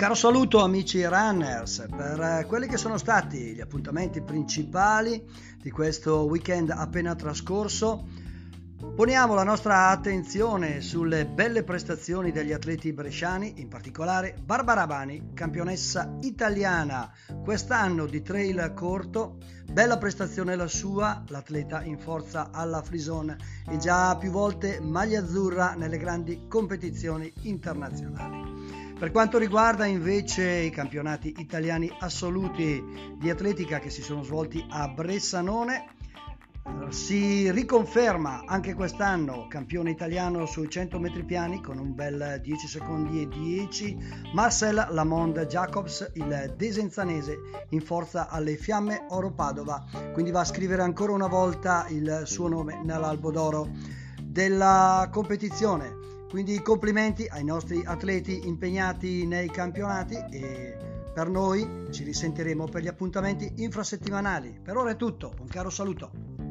caro saluto amici runners per quelli che sono stati gli appuntamenti principali di questo weekend appena trascorso. Poniamo la nostra attenzione sulle belle prestazioni degli atleti bresciani, in particolare Barbara Bani, campionessa italiana quest'anno di trail corto. Bella prestazione la sua, l'atleta in forza alla Frison e già più volte maglia azzurra nelle grandi competizioni internazionali. Per quanto riguarda invece i campionati italiani assoluti di atletica che si sono svolti a Bressanone, si riconferma anche quest'anno campione italiano sui 100 metri piani con un bel 10 secondi e 10 Marcel Lamond Jacobs, il desenzanese in forza alle Fiamme Oro Padova, quindi va a scrivere ancora una volta il suo nome nell'albo d'oro della competizione. Quindi complimenti ai nostri atleti impegnati nei campionati e per noi ci risentiremo per gli appuntamenti infrasettimanali. Per ora è tutto, un caro saluto.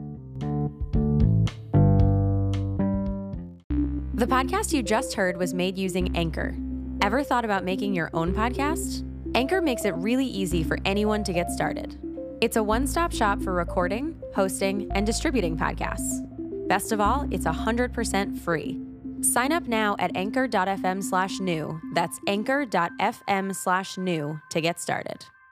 The podcast you just heard was made using Anchor. Ever thought about making your own podcast? Anchor makes it really easy for anyone to get started. It's a one-stop shop for recording, hosting, and distributing podcasts. Best of all, it's 100% free. Sign up now at anchor.fm/new. That's anchor.fm/new to get started.